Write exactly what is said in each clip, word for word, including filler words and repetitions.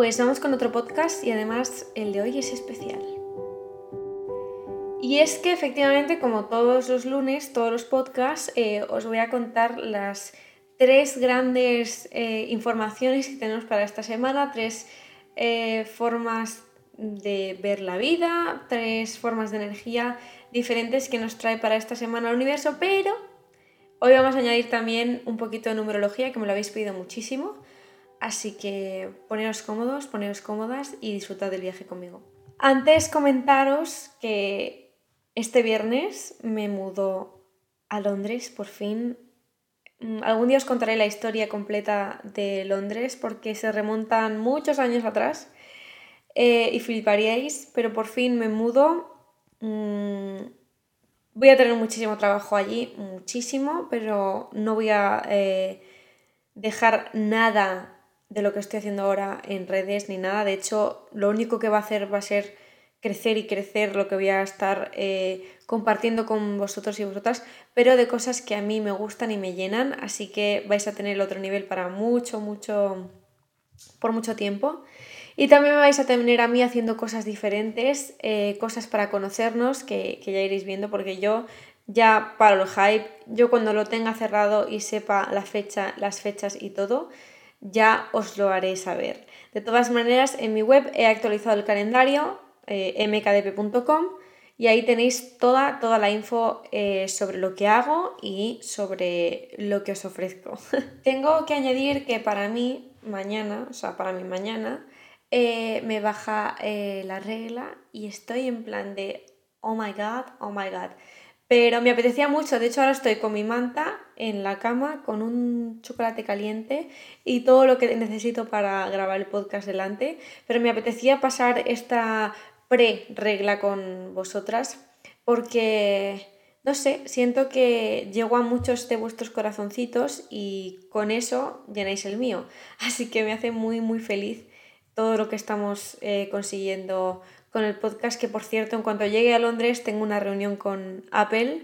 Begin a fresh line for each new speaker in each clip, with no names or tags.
Pues vamos con otro podcast y además el de hoy es especial. Y es que efectivamente, como todos los lunes, todos los podcasts, eh, os voy a contar las tres grandes eh, informaciones que tenemos para esta semana, tres eh, formas de ver la vida, tres formas de energía diferentes que nos trae para esta semana el universo, pero hoy vamos a añadir también un poquito de numerología, que me lo habéis pedido muchísimo. Así que poneros cómodos, poneros cómodas y disfrutad del viaje conmigo. Antes comentaros que este viernes me mudo a Londres, por fin. Algún día os contaré la historia completa de Londres porque se remontan muchos años atrás eh, y fliparíais, pero por fin me mudo. Mm, voy a tener muchísimo trabajo allí, muchísimo, pero no voy a eh, dejar nada de lo que estoy haciendo ahora en redes ni nada. De hecho, lo único que va a hacer va a ser crecer y crecer lo que voy a estar eh, compartiendo con vosotros y vosotras, pero de cosas que a mí me gustan y me llenan, así que vais a tener el otro nivel para mucho, mucho, por mucho tiempo. Y también me vais a tener a mí haciendo cosas diferentes, eh, cosas para conocernos, que, que ya iréis viendo, porque yo ya paro el hype. Yo cuando lo tenga cerrado y sepa la fecha, las fechas y todo, ya os lo haré saber. De todas maneras, en mi web he actualizado el calendario, eh, m k d p punto com, y ahí tenéis toda, toda la info eh, sobre lo que hago y sobre lo que os ofrezco. Tengo que añadir que para mí, mañana, o sea, para mí mañana, eh, me baja eh, la regla y estoy en plan de oh my god, oh my god. Pero me apetecía mucho, de hecho ahora estoy con mi manta en la cama, con un chocolate caliente y todo lo que necesito para grabar el podcast delante, pero me apetecía pasar esta pre-regla con vosotras porque, no sé, siento que llego a muchos de vuestros corazoncitos y con eso llenáis el mío, así que me hace muy muy feliz todo lo que estamos eh, consiguiendo con el podcast, que por cierto, en cuanto llegue a Londres tengo una reunión con Apple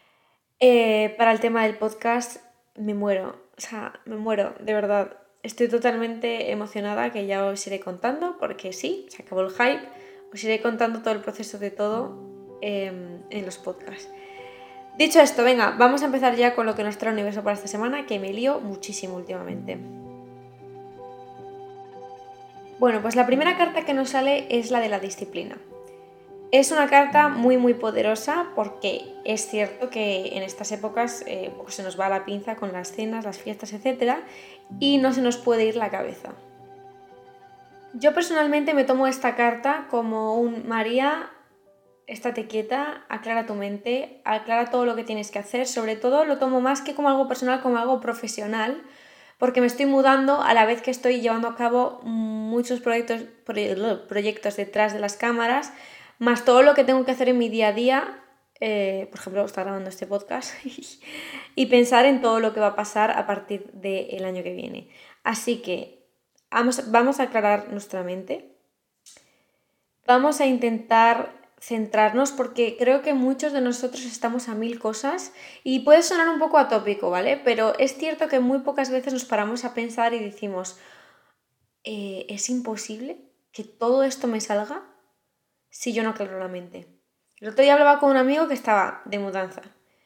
eh, para el tema del podcast. Me muero, o sea, me muero, de verdad. Estoy totalmente emocionada, que ya os iré contando, porque sí, se acabó el hype. Os iré contando todo el proceso de todo eh, en los podcasts. Dicho esto, venga, vamos a empezar ya con lo que nos trae el universo para esta semana, que me lío muchísimo últimamente. Bueno, pues la primera carta que nos sale es la de la disciplina. Es una carta muy muy poderosa porque es cierto que en estas épocas eh, pues se nos va la pinza con las cenas, las fiestas, etcétera, y no se nos puede ir la cabeza. Yo personalmente me tomo esta carta como un María, estate quieta, aclara tu mente, aclara todo lo que tienes que hacer. Sobre todo lo tomo más que como algo personal, como algo profesional, porque me estoy mudando a la vez que estoy llevando a cabo muchos proyectos, proyectos detrás de las cámaras, más todo lo que tengo que hacer en mi día a día, eh, por ejemplo, estar grabando este podcast y pensar en todo lo que va a pasar a partir del año que viene. Así que vamos, vamos a aclarar nuestra mente, vamos a intentar centrarnos, porque creo que muchos de nosotros estamos a mil cosas y puede sonar un poco atópico, ¿vale? Pero es cierto que muy pocas veces nos paramos a pensar y decimos, eh, ¿es imposible que todo esto me salga si yo no aclaro la mente? El otro día hablaba con un amigo que estaba de mudanza,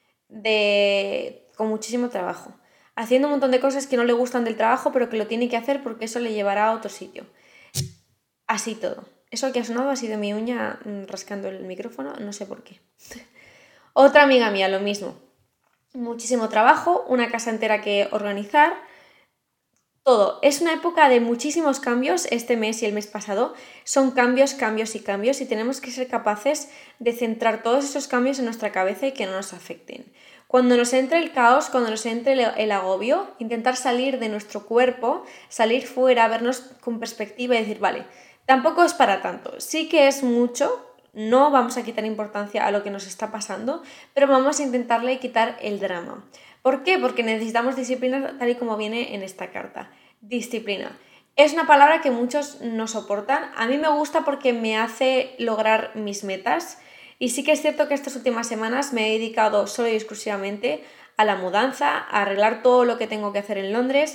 de con muchísimo trabajo, haciendo un montón de cosas que no le gustan del trabajo, pero que lo tiene que hacer porque eso le llevará a otro sitio. Así todo. Eso que ha sonado ha sido mi uña rascando el micrófono, no sé por qué. Otra amiga mía, lo mismo. Muchísimo trabajo, una casa entera que organizar, todo. Es una época de muchísimos cambios. Este mes y el mes pasado son cambios, cambios y cambios, y tenemos que ser capaces de centrar todos esos cambios en nuestra cabeza y que no nos afecten. Cuando nos entre el caos, cuando nos entre el, el agobio, intentar salir de nuestro cuerpo, salir fuera, vernos con perspectiva y decir, vale, tampoco es para tanto, sí que es mucho, no vamos a quitar importancia a lo que nos está pasando, pero vamos a intentarle quitar el drama. ¿Por qué? Porque necesitamos disciplina, tal y como viene en esta carta. Disciplina. Es una palabra que muchos no soportan. A mí me gusta porque me hace lograr mis metas. Y sí que es cierto que estas últimas semanas me he dedicado solo y exclusivamente a la mudanza, a arreglar todo lo que tengo que hacer en Londres.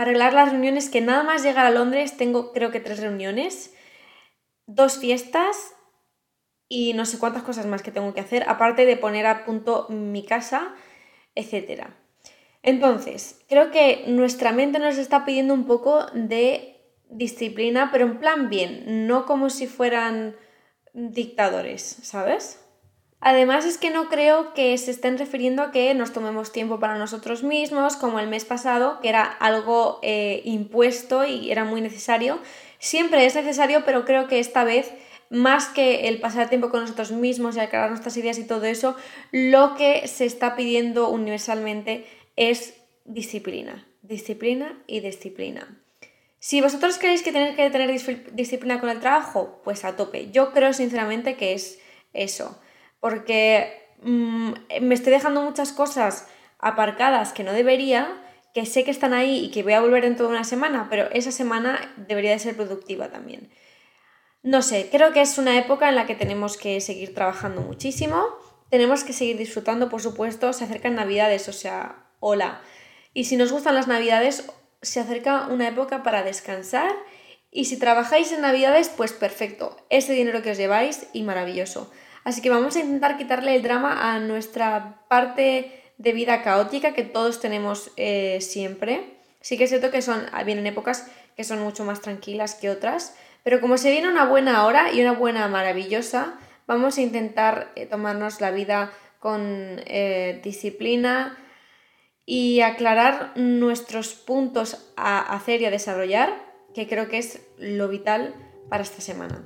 arreglar las reuniones, que nada más llegar a Londres tengo creo que tres reuniones, dos fiestas y no sé cuántas cosas más que tengo que hacer, aparte de poner a punto mi casa, etcétera. Entonces, creo que nuestra mente nos está pidiendo un poco de disciplina, pero en plan bien, no como si fueran dictadores, ¿sabes? Además es que no creo que se estén refiriendo a que nos tomemos tiempo para nosotros mismos, como el mes pasado, que era algo eh, impuesto y era muy necesario. Siempre es necesario, pero creo que esta vez, más que el pasar tiempo con nosotros mismos y aclarar nuestras ideas y todo eso, lo que se está pidiendo universalmente es disciplina. Disciplina y disciplina. Si vosotros creéis que tenéis que tener disciplina con el trabajo, pues a tope. Yo creo sinceramente que es eso. Porque mmm, me estoy dejando muchas cosas aparcadas que no debería, que sé que están ahí y que voy a volver dentro de una semana, pero esa semana debería de ser productiva también. No sé, creo que es una época en la que tenemos que seguir trabajando muchísimo, tenemos que seguir disfrutando, por supuesto, se acercan Navidades, o sea, hola. Y si nos gustan las Navidades, se acerca una época para descansar y si trabajáis en Navidades, pues perfecto, ese dinero que os lleváis y maravilloso. Así que vamos a intentar quitarle el drama a nuestra parte de vida caótica que todos tenemos eh, siempre. Sí que es cierto que son, vienen épocas que son mucho más tranquilas que otras, pero como se viene una buena hora y una buena maravillosa, vamos a intentar eh, tomarnos la vida con eh, disciplina y aclarar nuestros puntos a hacer y a desarrollar, que creo que es lo vital para esta semana.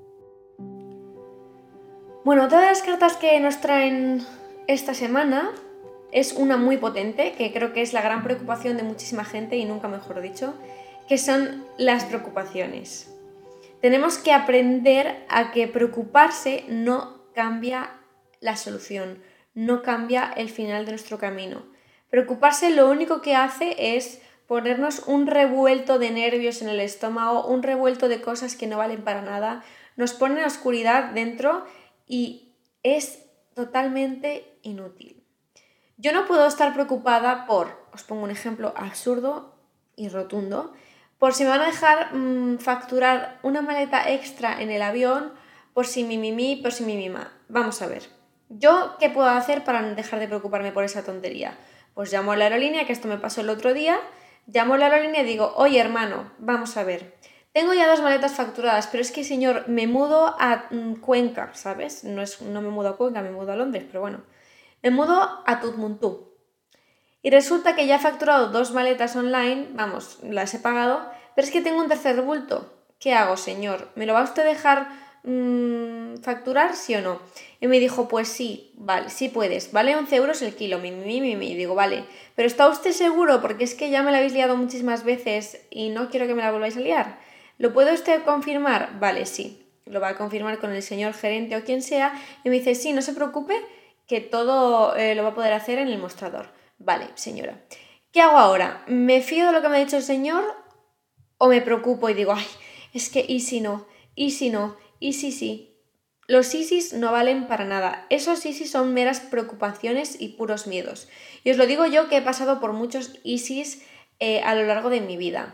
Bueno, otra de las cartas que nos traen esta semana es una muy potente, que creo que es la gran preocupación de muchísima gente y nunca mejor dicho, que son las preocupaciones. Tenemos que aprender a que preocuparse no cambia la solución, no cambia el final de nuestro camino. Preocuparse lo único que hace es ponernos un revuelto de nervios en el estómago, un revuelto de cosas que no valen para nada, nos pone en la oscuridad dentro y es totalmente inútil. Yo no puedo estar preocupada por, os pongo un ejemplo absurdo y rotundo, por si me van a dejar mmm, facturar una maleta extra en el avión, por si mi mimi, por si mi mima. Vamos a ver, ¿yo qué puedo hacer para dejar de preocuparme por esa tontería? Pues llamo a la aerolínea, que esto me pasó el otro día, llamo a la aerolínea y digo, oye hermano, vamos a ver, tengo ya dos maletas facturadas, pero es que señor, me mudo a mmm, Cuenca, ¿sabes? No, es, no me mudo a Cuenca, me mudo a Londres, pero bueno, me mudo a Tutmontú. Y resulta que ya he facturado dos maletas online, vamos, las he pagado, pero es que tengo un tercer bulto. ¿Qué hago, señor? ¿Me lo va usted a dejar mmm, facturar, sí o no? Y me dijo, pues sí, vale, sí puedes, vale once euros el kilo, mi, mi, mi, mi. Y digo, vale, pero ¿está usted seguro? Porque es que ya me la habéis liado muchísimas veces y no quiero que me la volváis a liar. ¿Lo puede usted confirmar? Vale, sí. Lo va a confirmar con el señor gerente o quien sea. Y me dice, sí, no se preocupe, que todo eh, lo va a poder hacer en el mostrador. Vale, señora. ¿Qué hago ahora? ¿Me fío de lo que me ha dicho el señor o me preocupo y digo, ay, es que y si no, y si no, y si sí? Los ISIS no valen para nada. Esos ISIS son meras preocupaciones y puros miedos. Y os lo digo yo que he pasado por muchos ISIS eh, a lo largo de mi vida.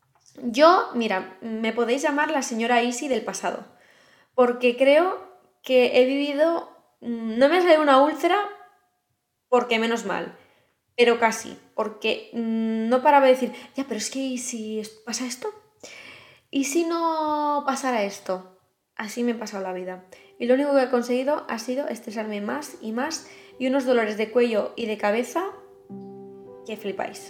Yo, mira, me podéis llamar la señora Isi del pasado, porque creo que he vivido, no me ha salido una úlcera, porque menos mal, pero casi, porque no paraba de decir, ya, pero es que ¿y si pasa esto? ¿Y si no pasara esto? Así me he pasado la vida. Y lo único que he conseguido ha sido estresarme más y más y unos dolores de cuello y de cabeza que flipáis.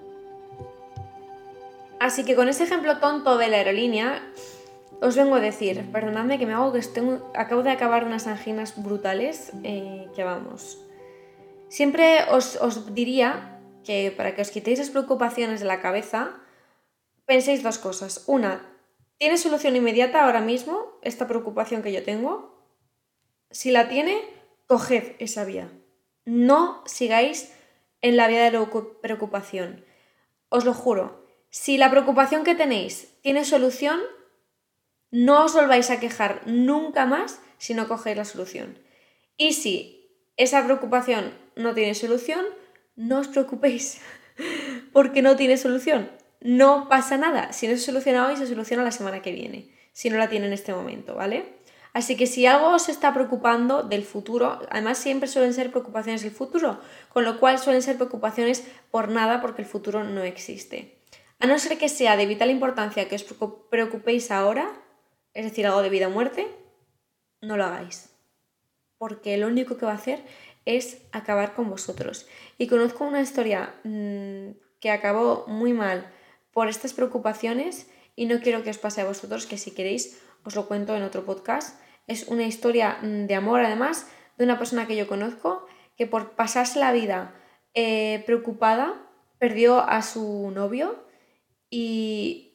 Así que con ese ejemplo tonto de la aerolínea, os vengo a decir, perdonadme que me hago que tengo, acabo de acabar unas anginas brutales, eh, que vamos. Siempre os, os diría que para que os quitéis las preocupaciones de la cabeza, penséis dos cosas. Una, ¿tiene solución inmediata ahora mismo esta preocupación que yo tengo? Si la tiene, coged esa vía. No sigáis en la vía de la preocupación. Os lo juro. Si la preocupación que tenéis tiene solución, no os volváis a quejar nunca más si no cogéis la solución. Y si esa preocupación no tiene solución, no os preocupéis porque no tiene solución. no pasa nada. Si no se soluciona hoy, se soluciona la semana que viene, si no la tiene en este momento, ¿vale? Así que si algo os está preocupando del futuro, además siempre suelen ser preocupaciones del futuro, con lo cual suelen ser preocupaciones por nada porque el futuro no existe. A no ser que sea de vital importancia que os preocupéis ahora, es decir, algo de vida o muerte, no lo hagáis. Porque lo único que va a hacer es acabar con vosotros. Y conozco una historia mmm, que acabó muy mal por estas preocupaciones y no quiero que os pase a vosotros, que si queréis os lo cuento en otro podcast. Es una historia de amor, además, de una persona que yo conozco que por pasarse la vida eh, preocupada perdió a su novio y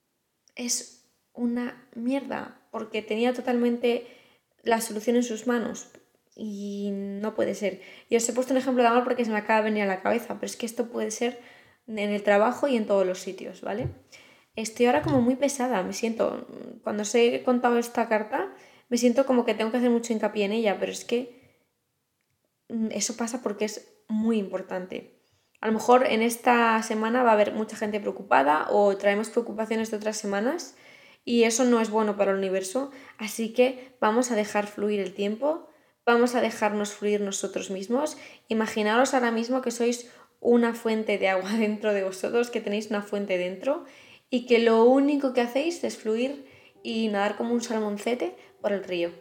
es una mierda porque tenía totalmente la solución en sus manos y no puede ser. Y os he puesto un ejemplo de amor porque se me acaba de venir a la cabeza, pero es que esto puede ser en el trabajo y en todos los sitios, ¿vale? Estoy ahora como muy pesada, me siento, cuando os he contado esta carta, me siento como que tengo que hacer mucho hincapié en ella, pero es que eso pasa porque es muy importante. A lo mejor en esta semana va a haber mucha gente preocupada o traemos preocupaciones de otras semanas y eso no es bueno para el universo, así que vamos a dejar fluir el tiempo, vamos a dejarnos fluir nosotros mismos. Imaginaros ahora mismo que sois una fuente de agua dentro de vosotros, que tenéis una fuente dentro y que lo único que hacéis es fluir y nadar como un salmoncete por el río.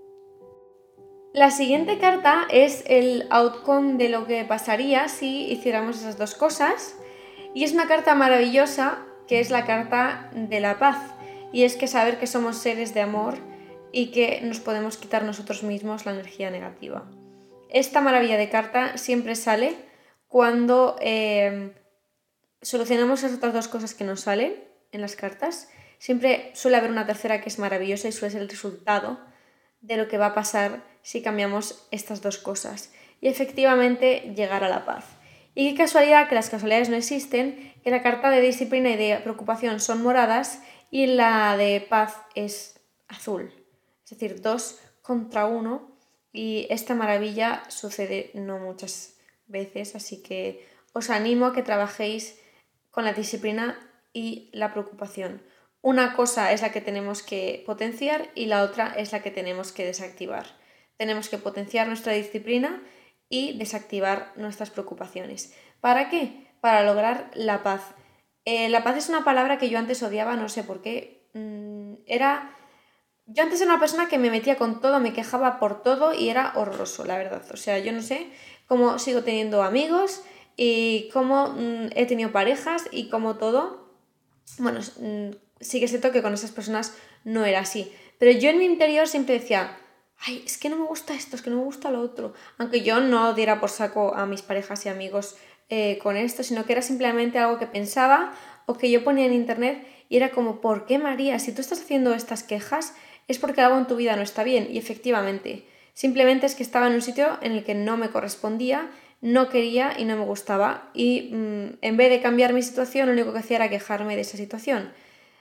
La siguiente carta es el outcome de lo que pasaría si hiciéramos esas dos cosas y es una carta maravillosa que es la carta de la paz y es que saber que somos seres de amor y que nos podemos quitar nosotros mismos la energía negativa. Esta maravilla de carta siempre sale cuando eh, solucionamos esas otras dos cosas que nos salen en las cartas. Siempre suele haber una tercera que es maravillosa y suele ser el resultado de lo que va a pasar si cambiamos estas dos cosas y efectivamente llegar a la paz. Y qué casualidad que las casualidades no existen, que la carta de disciplina y de preocupación son moradas y la de paz es azul, es decir, dos contra uno y esta maravilla sucede no muchas veces, así que os animo a que trabajéis con la disciplina y la preocupación. Una cosa es la que tenemos que potenciar y la otra es la que tenemos que desactivar. Tenemos que potenciar nuestra disciplina y desactivar nuestras preocupaciones. ¿Para qué? Para lograr la paz. Eh, la paz es una palabra que yo antes odiaba, no sé por qué. Mm, era... Yo antes era una persona que me metía con todo, me quejaba por todo y era horroroso, la verdad. O sea, yo no sé cómo sigo teniendo amigos y cómo mm, he tenido parejas y cómo todo... Bueno, mm, sí que es cierto que con esas personas no era así. Pero yo en mi interior siempre decía, ay, es que no me gusta esto, es que no me gusta lo otro. Aunque yo no diera por saco a mis parejas y amigos eh, con esto, sino que era simplemente algo que pensaba o que yo ponía en internet y era como, ¿por qué, María? Si tú estás haciendo estas quejas es porque algo en tu vida no está bien. Y efectivamente, simplemente es que estaba en un sitio en el que no me correspondía, no quería y no me gustaba y mmm, en vez de cambiar mi situación lo único que hacía era quejarme de esa situación.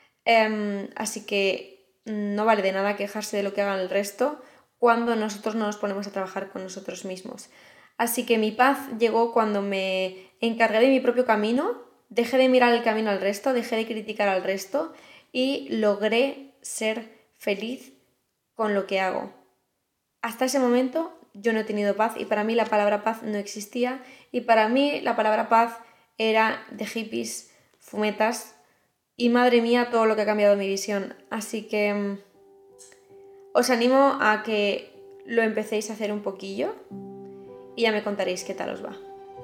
Um, así que no vale de nada quejarse de lo que hagan el resto cuando nosotros no nos ponemos a trabajar con nosotros mismos. Así que mi paz llegó cuando me encargué de mi propio camino, dejé de mirar el camino al resto, dejé de criticar al resto y logré ser feliz con lo que hago. Hasta ese momento yo no he tenido paz y para mí la palabra paz no existía y para mí la palabra paz era de hippies, fumetas y madre mía todo lo que ha cambiado mi visión. Así que um, os animo a que lo empecéis a hacer un poquillo y ya me contaréis qué tal os va.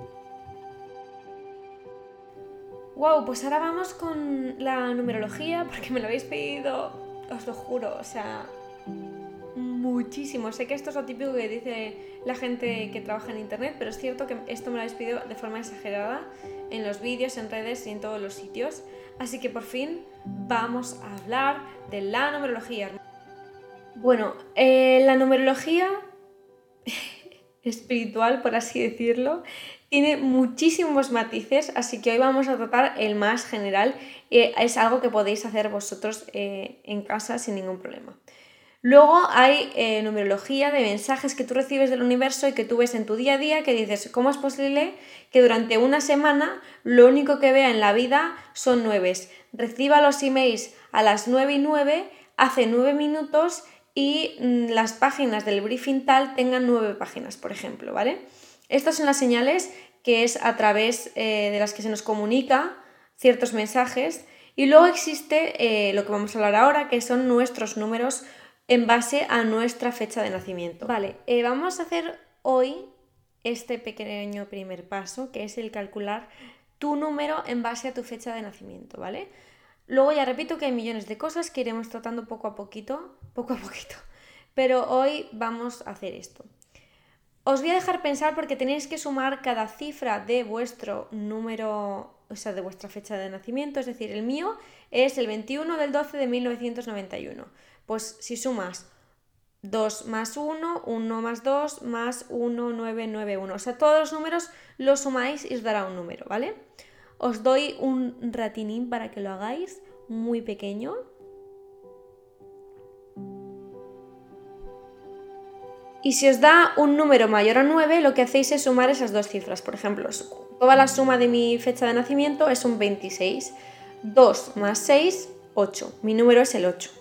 Wow, pues ahora vamos con la numerología porque me lo habéis pedido, os lo juro, o sea... muchísimo. Sé que esto es lo típico que dice la gente que trabaja en internet, pero es cierto que esto me lo habéis pedido de forma exagerada en los vídeos, en redes y en todos los sitios. Así que por fin vamos a hablar de la numerología. Bueno, eh, la numerología espiritual, por así decirlo, tiene muchísimos matices, así que hoy vamos a tratar el más general. Eh, es algo que podéis hacer vosotros eh, en casa sin ningún problema. Luego hay eh, numerología de mensajes que tú recibes del universo y que tú ves en tu día a día, que dices, ¿cómo es posible que durante una semana lo único que vea en la vida son nueves? Reciba los emails a las nueve y nueve, hace nueve minutos y mmm, las páginas del briefing tal tengan nueve páginas, por ejemplo, ¿vale? Estas son las señales que es a través eh, de las que se nos comunica ciertos mensajes. Y luego existe eh, lo que vamos a hablar ahora, que son nuestros números en base a nuestra fecha de nacimiento. Vale, eh, vamos a hacer hoy este pequeño primer paso, que es el calcular tu número en base a tu fecha de nacimiento, ¿vale? Luego ya repito que hay millones de cosas que iremos tratando poco a poquito, poco a poquito, pero hoy vamos a hacer esto. Os voy a dejar pensar porque tenéis que sumar cada cifra de vuestro número, o sea, de vuestra fecha de nacimiento, es decir, el mío es el veintiuno del doce de mil novecientos noventa y uno. Pues si sumas dos más uno, uno más dos, más uno, nueve, nueve, uno. O sea, todos los números los sumáis y os dará un número, ¿vale? Os doy un ratinín para que lo hagáis, muy pequeño. Y si os da un número mayor a nueve, lo que hacéis es sumar esas dos cifras. Por ejemplo, toda la suma de mi fecha de nacimiento es un veintiséis. dos más seis, ocho. Mi número es el ocho.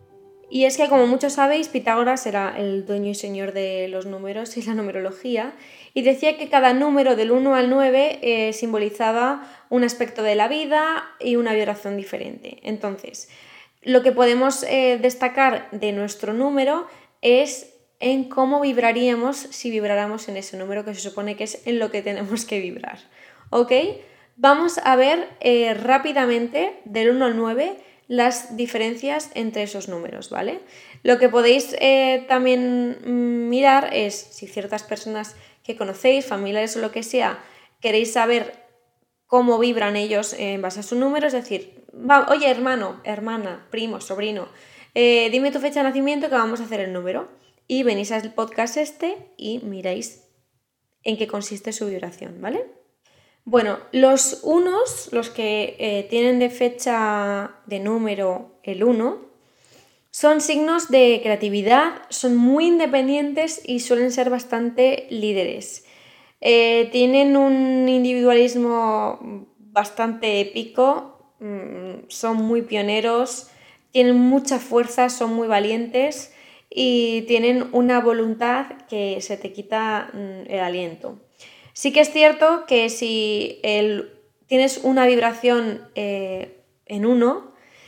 Y es que, como muchos sabéis, Pitágoras era el dueño y señor de los números y la numerología, y decía que cada número del uno al nueve eh, simbolizaba un aspecto de la vida y una vibración diferente. Entonces, lo que podemos eh, destacar de nuestro número es en cómo vibraríamos si vibráramos en ese número, que se supone que es en lo que tenemos que vibrar. ¿Ok? Vamos a ver eh, rápidamente del uno al nueve las diferencias entre esos números, ¿vale? Lo que podéis eh, también mirar es si ciertas personas que conocéis, familiares o lo que sea, queréis saber cómo vibran ellos en base a su número, es decir, va, oye hermano, hermana, primo, sobrino, eh, dime tu fecha de nacimiento que vamos a hacer el número. Y venís al podcast este y miráis en qué consiste su vibración, ¿vale? Bueno, los unos, los que eh, tienen de fecha de número el uno, son signos de creatividad, son muy independientes y suelen ser bastante líderes. Eh, tienen un individualismo bastante épico, mmm, son muy pioneros, tienen mucha fuerza, son muy valientes y tienen una voluntad que se te quita mmm, el aliento. Sí que es cierto que si el, tienes una vibración eh, en uno,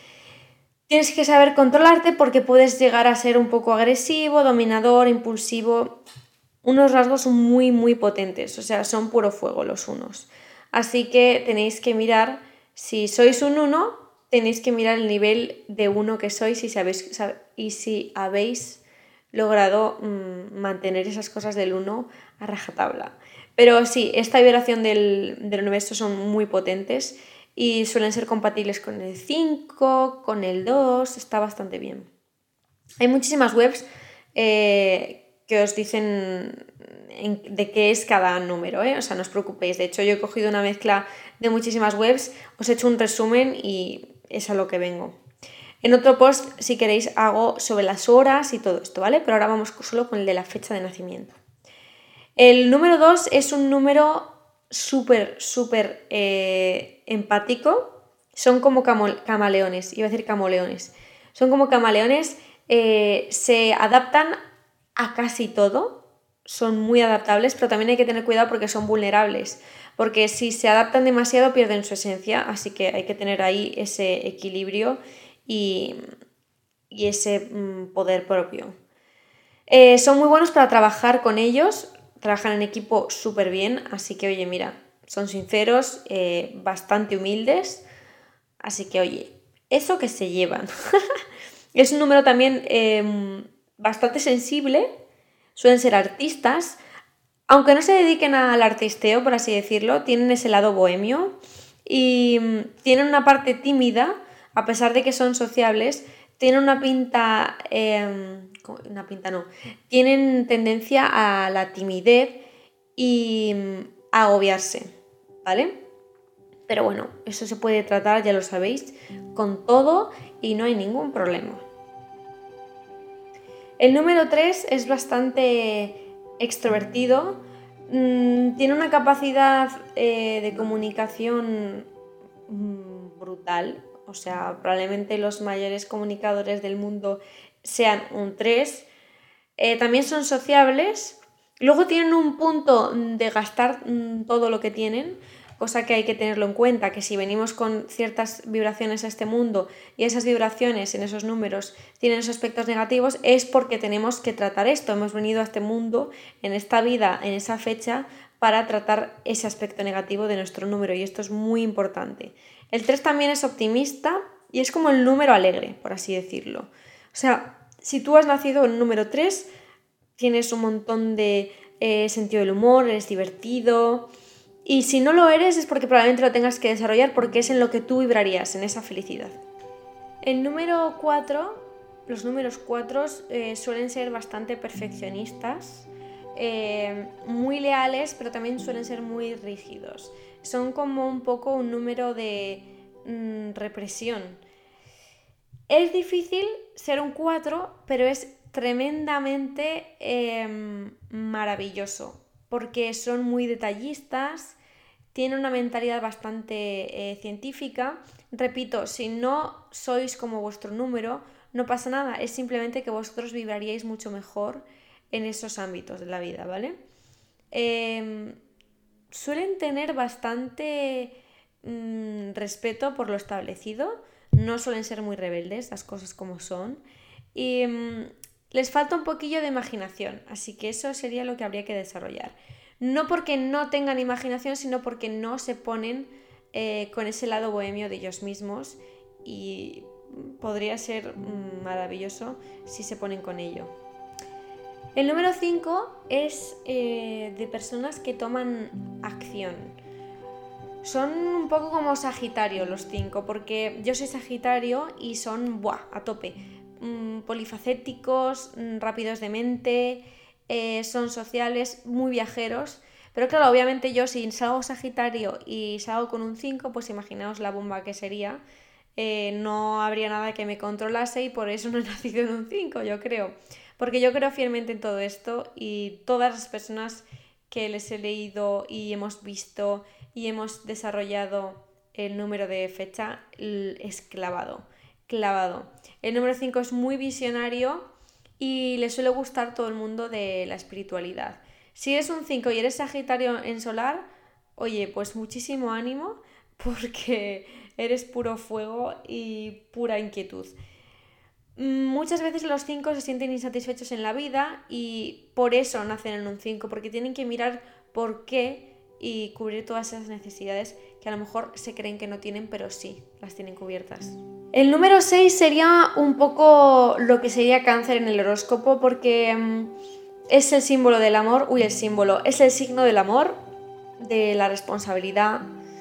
tienes que saber controlarte porque puedes llegar a ser un poco agresivo, dominador, impulsivo. Unos rasgos muy, muy potentes, o sea, son puro fuego los unos. Así que tenéis que mirar, si sois un uno, tenéis que mirar el nivel de uno que sois y, sabéis, y si habéis logrado mmm, mantener esas cosas del uno a rajatabla. Pero sí, esta vibración del, del universo son muy potentes y suelen ser compatibles con el cinco, con el dos, está bastante bien. Hay muchísimas webs eh, que os dicen en, de qué es cada número, ¿eh? O sea, no os preocupéis. De hecho, yo he cogido una mezcla de muchísimas webs, os he hecho un resumen y es a lo que vengo. En otro post, si queréis, hago sobre las horas y todo esto, ¿vale? Pero ahora vamos solo con el de la fecha de nacimiento. El número dos es un número súper, súper eh, empático. Son como camaleones, iba a decir camaleones. Son como camaleones, eh, se adaptan a casi todo, son muy adaptables, pero también hay que tener cuidado porque son vulnerables. Porque si se adaptan demasiado pierden su esencia, así que hay que tener ahí ese equilibrio y, y ese mm, poder propio. Eh, son muy buenos para trabajar con ellos, trabajan en equipo súper bien, así que oye, mira, son sinceros, eh, bastante humildes, así que oye, eso que se llevan. Es un número también eh, bastante sensible, suelen ser artistas, aunque no se dediquen al artisteo, por así decirlo, tienen ese lado bohemio y mm, tienen una parte tímida, a pesar de que son sociables, tienen una pinta... Eh, una pinta no, tienen tendencia a la timidez y a agobiarse, ¿vale? Pero bueno, eso se puede tratar, ya lo sabéis, con todo y no hay ningún problema. El número tres es bastante extrovertido, mmm, tiene una capacidad eh, de comunicación mmm, brutal, o sea, probablemente los mayores comunicadores del mundo sean un tres. Eh, también son sociables, luego tienen un punto de gastar mmm, todo lo que tienen, cosa que hay que tenerlo en cuenta, que si venimos con ciertas vibraciones a este mundo y esas vibraciones en esos números tienen esos aspectos negativos, es porque tenemos que tratar esto. Hemos venido a este mundo, en esta vida, en esa fecha, para tratar ese aspecto negativo de nuestro número, y esto es muy importante. El tres también es optimista y es como el número alegre, por así decirlo. O sea, si tú has nacido en el número tres, tienes un montón de eh, sentido del humor, eres divertido. Y si no lo eres es porque probablemente lo tengas que desarrollar, porque es en lo que tú vibrarías, en esa felicidad. El número cuatro, los números cuatro eh, suelen ser bastante perfeccionistas, eh, muy leales, pero también suelen ser muy rígidos. Son como un poco un número de mmm, represión. Es difícil ser un cuatro, pero es tremendamente eh, maravilloso, porque son muy detallistas, tienen una mentalidad bastante eh, científica. Repito, si no sois como vuestro número, no pasa nada, es simplemente que vosotros vibraríais mucho mejor en esos ámbitos de la vida, ¿vale? Eh, suelen tener bastante mmm, respeto por lo establecido, no suelen ser muy rebeldes, las cosas como son, y mmm, les falta un poquillo de imaginación, así que eso sería lo que habría que desarrollar. No porque no tengan imaginación, sino porque no se ponen eh, con ese lado bohemio de ellos mismos, y podría ser mmm, maravilloso si se ponen con ello. El número cinco es eh, de personas que toman acción. Son un poco como Sagitario los cinco, porque yo soy Sagitario y son buah, a tope. Mm, polifacéticos, mm, rápidos de mente, eh, son sociales, muy viajeros. Pero claro, obviamente yo si salgo Sagitario y salgo con un cinco, pues imaginaos la bomba que sería. Eh, no habría nada que me controlase, y por eso no he nacido en un cinco, yo creo. Porque yo creo fielmente en todo esto, y todas las personas que les he leído y hemos visto y hemos desarrollado el número de fecha es clavado, clavado. El número cinco es muy visionario y le suele gustar todo el mundo de la espiritualidad. Si eres un cinco y eres Sagitario en solar, oye, pues muchísimo ánimo, porque eres puro fuego y pura inquietud. Muchas veces los cinco se sienten insatisfechos en la vida y por eso nacen en un cinco, porque tienen que mirar por qué y cubrir todas esas necesidades que a lo mejor se creen que no tienen, pero sí, las tienen cubiertas. El número seis sería un poco lo que sería Cáncer en el horóscopo, porque um, es el símbolo del amor, uy, el símbolo, es el signo del amor, de la responsabilidad.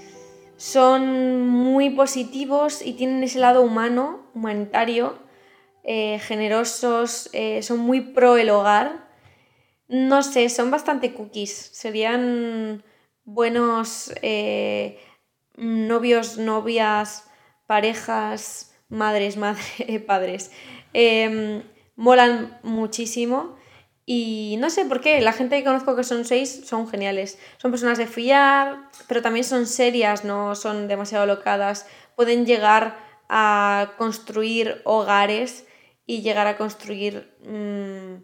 Son muy positivos y tienen ese lado humano, humanitario, eh, generosos, eh, son muy pro el hogar. No sé, son bastante cookies, serían buenos eh, novios, novias, parejas, madres, madre, padres. Eh, molan muchísimo. Y no sé por qué, la gente que conozco que son seis son geniales. Son personas de fiar, pero también son serias, no son demasiado locadas. Pueden llegar a construir hogares y llegar a construir mmm,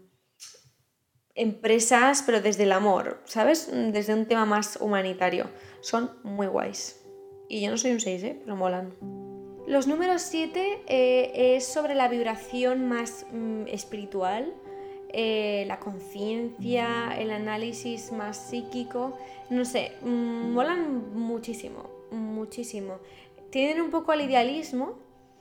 empresas, pero desde el amor, ¿sabes? Desde un tema más humanitario. Son muy guays. Y yo no soy un seis, ¿eh? Pero molan. Los números siete eh, es sobre la vibración más mmm, espiritual. Eh, la conciencia, el análisis más psíquico, no sé, mmm, molan muchísimo, muchísimo. Tienen un poco el idealismo,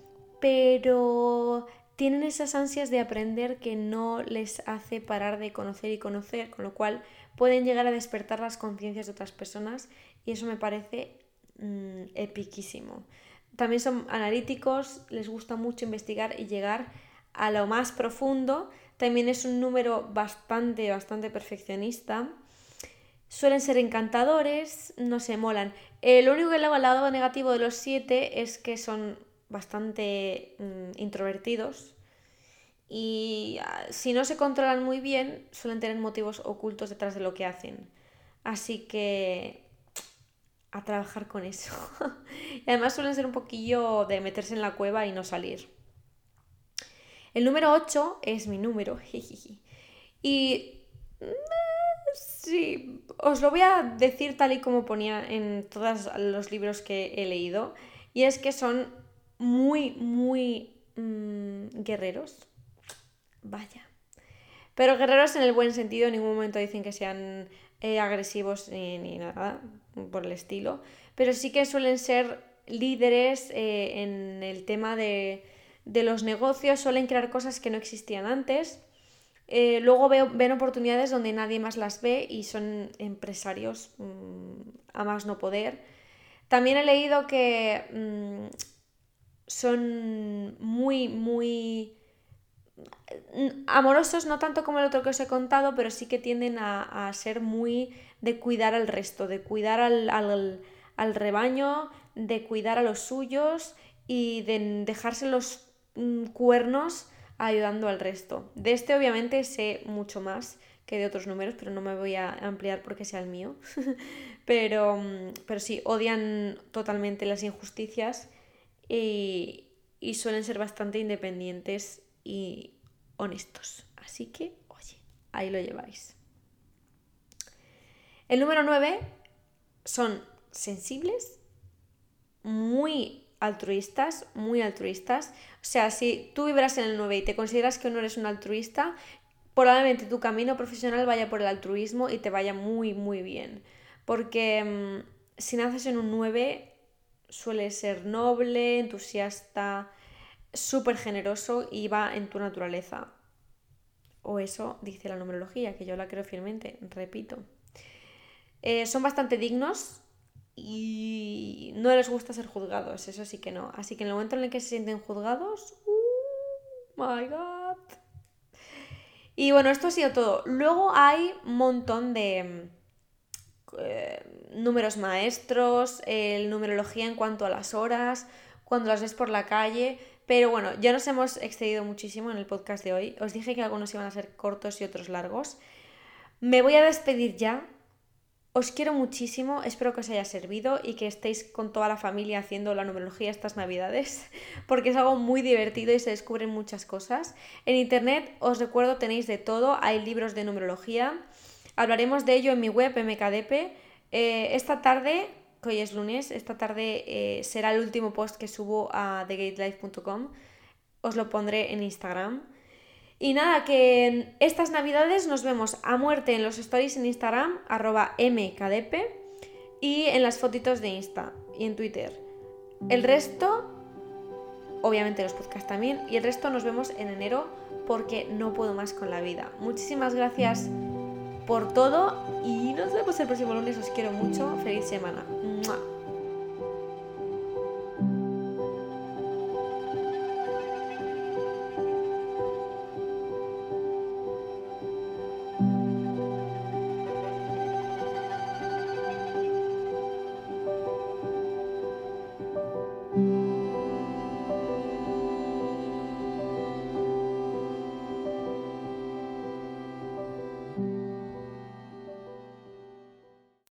pero tienen esas ansias de aprender que no les hace parar de conocer y conocer, con lo cual pueden llegar a despertar las conciencias de otras personas, y eso me parece mmm, epiquísimo. También son analíticos, les gusta mucho investigar y llegar a lo más profundo. También es un número bastante, bastante perfeccionista. Suelen ser encantadores, no se molan. Eh, lo único que le hago al lado negativo de los siete es que son bastante mmm, introvertidos y si no se controlan muy bien, suelen tener motivos ocultos detrás de lo que hacen. Así que a trabajar con eso. Y además suelen ser un poquillo de meterse en la cueva y no salir. El número ocho es mi número. Y sí, os lo voy a decir tal y como ponía en todos los libros que he leído. Y es que son muy, muy mmm, guerreros. Vaya. Pero guerreros en el buen sentido, en ningún momento dicen que sean eh, agresivos ni, ni nada por el estilo. Pero sí que suelen ser líderes eh, en el tema de, de los negocios, suelen crear cosas que no existían antes. Eh, luego veo, ven oportunidades donde nadie más las ve y son empresarios mmm, a más no poder. También he leído que mmm, son muy, muy amorosos, no tanto como el otro que os he contado, pero sí que tienden a, a ser muy de cuidar al resto, de cuidar al, al, al rebaño, de cuidar a los suyos y de dejarse los mm, cuernos ayudando al resto. De este obviamente sé mucho más que de otros números, pero no me voy a ampliar porque sea el mío. pero, pero sí, odian totalmente las injusticias y, y suelen ser bastante independientes y honestos. Así que, oye, ahí lo lleváis. El número nueve son sensibles, muy altruistas, muy altruistas. O sea, si tú vibras en el nueve y te consideras que no eres un altruista, probablemente tu camino profesional vaya por el altruismo y te vaya muy, muy bien. Porque mmm, si naces en un nueve, suele ser noble, entusiasta, súper generoso y va en tu naturaleza. O eso dice la numerología, que yo la creo fielmente, repito. Eh, son bastante dignos y no les gusta ser juzgados, eso sí que no. Así que en el momento en el que se sienten juzgados, ¡oh my god! Y bueno, esto ha sido todo. Luego hay un montón de eh, números maestros, el numerología en cuanto a las horas, cuando las ves por la calle. Pero bueno, ya nos hemos excedido muchísimo en el podcast de hoy. Os dije que algunos iban a ser cortos y otros largos. Me voy a despedir ya. Os quiero muchísimo, espero que os haya servido y que estéis con toda la familia haciendo la numerología estas navidades, porque es algo muy divertido y se descubren muchas cosas. En internet, os recuerdo, tenéis de todo, hay libros de numerología. Hablaremos de ello en mi web, M K D P. Eh, esta tarde, que hoy es lunes, esta tarde eh, será el último post que subo a the gate life punto com. Os lo pondré en Instagram. Y nada, que estas navidades nos vemos a muerte en los stories en Instagram, arroba mkdp, y en las fotitos de Insta y en Twitter. El resto, obviamente los podcasts también, y el resto nos vemos en enero porque no puedo más con la vida. Muchísimas gracias por todo y nos vemos el próximo lunes, os quiero mucho, feliz semana. ¡Mua!